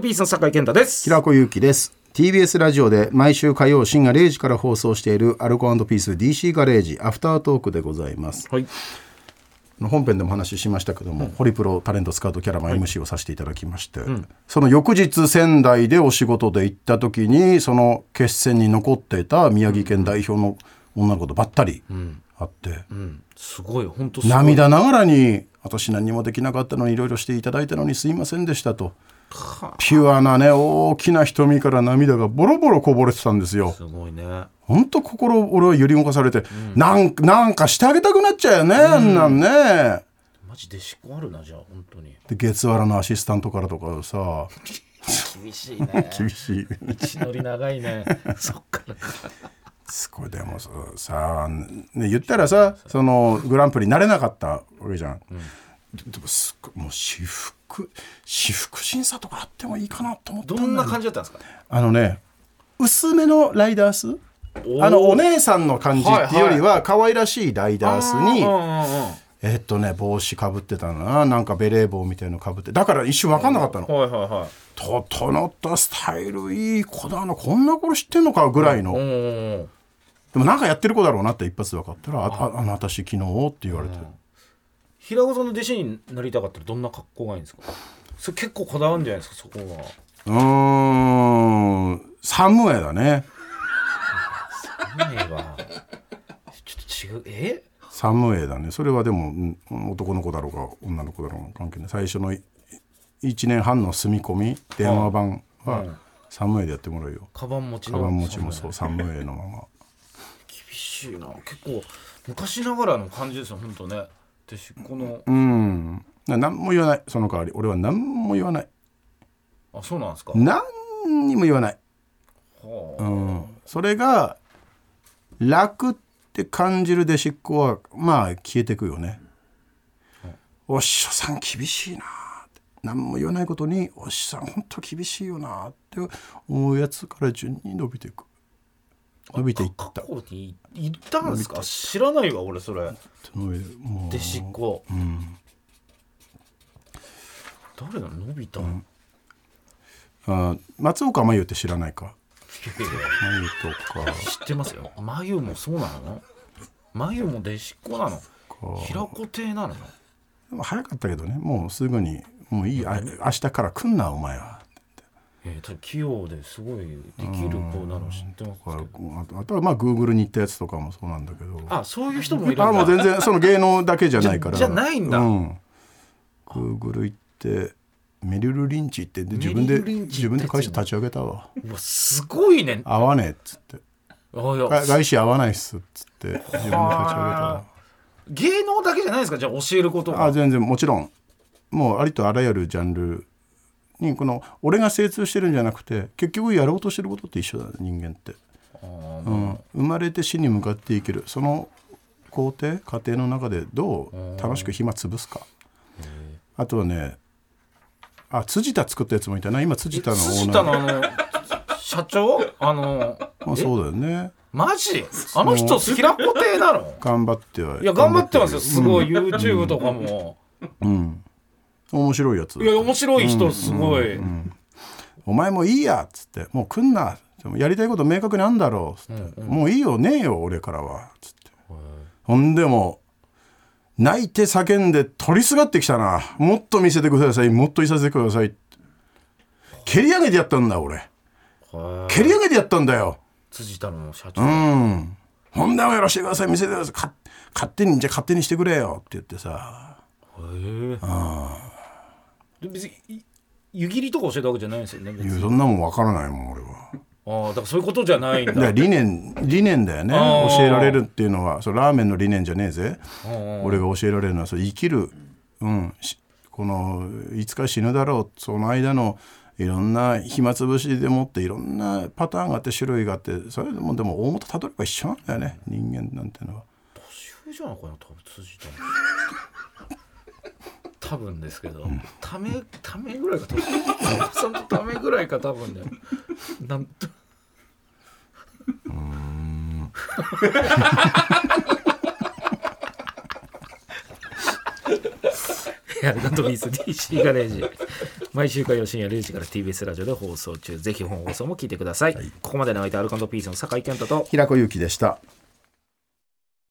ピースの酒井健太です。 平子祐希です。 TBS ラジオで毎週火曜深夜0時から放送しているアルコ&ピース DC ガレージアフタートークでございます、 はい、 本編でも話しましたけども、ホリプロタレントスカウトキャラバン MC をさせていただきまして、その翌日仙台でお仕事で行った時にその決戦に残っていた宮城県代表の女の子とばったり会って、 すごい本当すごい涙ながらに私何もできなかったのにいろいろしていただいたのにすいませんでしたと、ピュアなね大きな瞳から涙がボロボロこぼれてたんですよ。 すごいね。 本当心俺は揺り動かされて、なんかしてあげたくなっちゃうよね、あんなんね。 マジでしっこあるな。じゃあ本当にで月原のアシスタントからとかさ厳しいね厳しい道のり長いねそっからすごい。でもさ、ね、言ったらさそのグランプリになれなかったわけじゃん、でもすっごいもう私服審査とかあってもいいかなと思ったんだよ。 どんな感じだったんですか。 薄めのライダース、お姉さんの感じっていうよりは可愛らしいライダースに、帽子かぶってたな、なんかベレー帽みたいのかぶって、だから一瞬分かんなかったの、整ったスタイルいい子だな、こんな頃知ってんのかぐらいの、でもなんかやってる子だろうなって一発で分かったら、私昨日って言われて、 平子さんの弟子になりたかったらどんな格好がいいんですか。それ結構こだわるんじゃないですか。そこはサムエだね。 サムエはちょっと違う。 サムエだね。それはでも男の子だろうが女の子だろうが関係ない。最初の1年半の住み込み電話番はサムエでやってもらうよ。 カバン持ちもそうサムエのまま厳しいな。結構昔ながらの感じですよ本当ね。でこの何も言わない。その代わり俺は何も言わない。 あ、そうなんですか。 何にも言わない、それが楽って感じる弟子っ子はまあ消えてくよね、お師匠さん厳しいなって、何も言わないことにお師匠さん本当厳しいよなって思うやつから順に伸びていく。伸びていった。 過去に行ったんですか。知らないわ俺それ。弟子っ子、誰だ。伸びた、 松岡真優って知らないか。真優とか知ってますよ。真優もそうなの。真優も弟子っ子なの。平子亭なの。 でも早かったけどね、もうすぐにもういい、明日から来んなお前は。 器用ですごいできる子なの知ってますけど、 あとはまあ Google に行ったやつとかもそうなんだけど、 そういう人もいるんだ。 もう全然その芸能だけじゃないからじゃないんだ、 Google 行ってメリル・リンチ行って自分で会社立ち上げたわ。 すごいね。 合わねえっつって、外資合わないっすっつって自分で立ち上げたわ。 芸能だけじゃないですか。じゃあ教えることは。 全然もちろんもうありとあらゆるジャンルにこの俺が精通してるんじゃなくて結局やろうとしてることって一緒だ、人間って。生まれて死に向かっていけるその過程の中でどう楽しく暇潰すか。あとはね、辻田作ったやつもいたな。今辻田のオーナー社長そうだよね。 マジあの人平子亭なの。 頑張ってはいや頑張ってますよ。すごい YouTube とかも面白いやつ。 いや面白い人すごい、 お前もいいやっつって、もう来んな、やりたいこと明確にあんだろうっつって、もういいよねえよ俺からはっつって、ほんでも泣いて叫んで取りすがってきたな。もっと見せてください、もっといさせてくださいって蹴り上げてやったんだ俺。蹴り上げてやったんだよ辻田の社長。 ほんでもやらせてください、見せてください、勝手にしてくれよって言ってさ。 別に湯切りとか教えたわけじゃないんですよね。 そんなもん分からないもん俺は。 だからそういうことじゃないんだ。 だから理念だよね。教えられるっていうのはラーメンの理念じゃねえぜ。俺が教えられるのは生きる、このいつか死ぬだろう、その間のいろんな暇つぶしでもっていろんなパターンがあって種類があって、それでも大元たどれば一緒なんだよね、人間なんてのは。 年上じゃないかな多分辻田多分ですけど、ためぐらいか多分そのためぐらいか多分ね。なんとやるなとビース DC ガレージ毎週火曜深夜0時から TBS ラジオで放送中。ぜひ本放送も聞いてください、ここまでの相手アルコ&ピースの酒井健太と平子祐希でした。